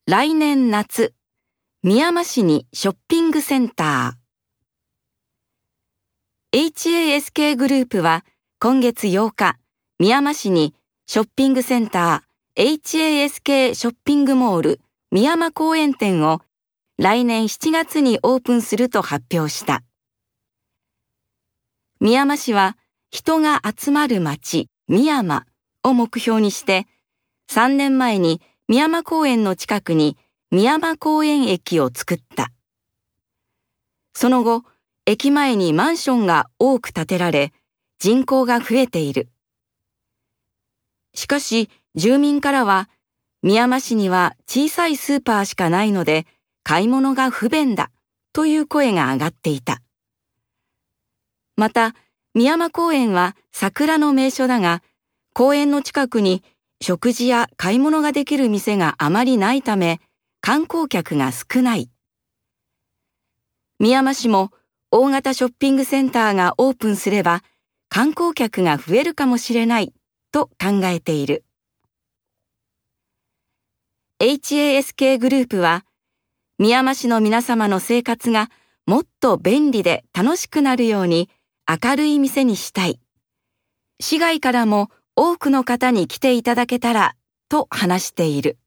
来年夏、宮間市にショッピングセンター。HASK グループは今月8日、宮間市にショッピングセンター HASK ショッピングモール宮間公園店を来年7月にオープンすると発表した。宮間市は人が集まる街、宮間を目標にして、3年前に宮間公園の近くに宮間公園駅を作った。その後、駅前にマンションが多く建てられ、人口が増えている。しかし、住民からは、宮間市には小さいスーパーしかないので、買い物が不便だという声が上がっていた。また、宮間公園は桜の名所だが、公園の近くに食事や買い物ができる店があまりないため、観光客が少ない。宮間市も大型ショッピングセンターがオープンすれば、観光客が増えるかもしれないと考えている。HASK グループは、宮間市の皆様の生活がもっと便利で楽しくなるように明るい店にしたい。市外からも多くの方に来ていただけたらと話している。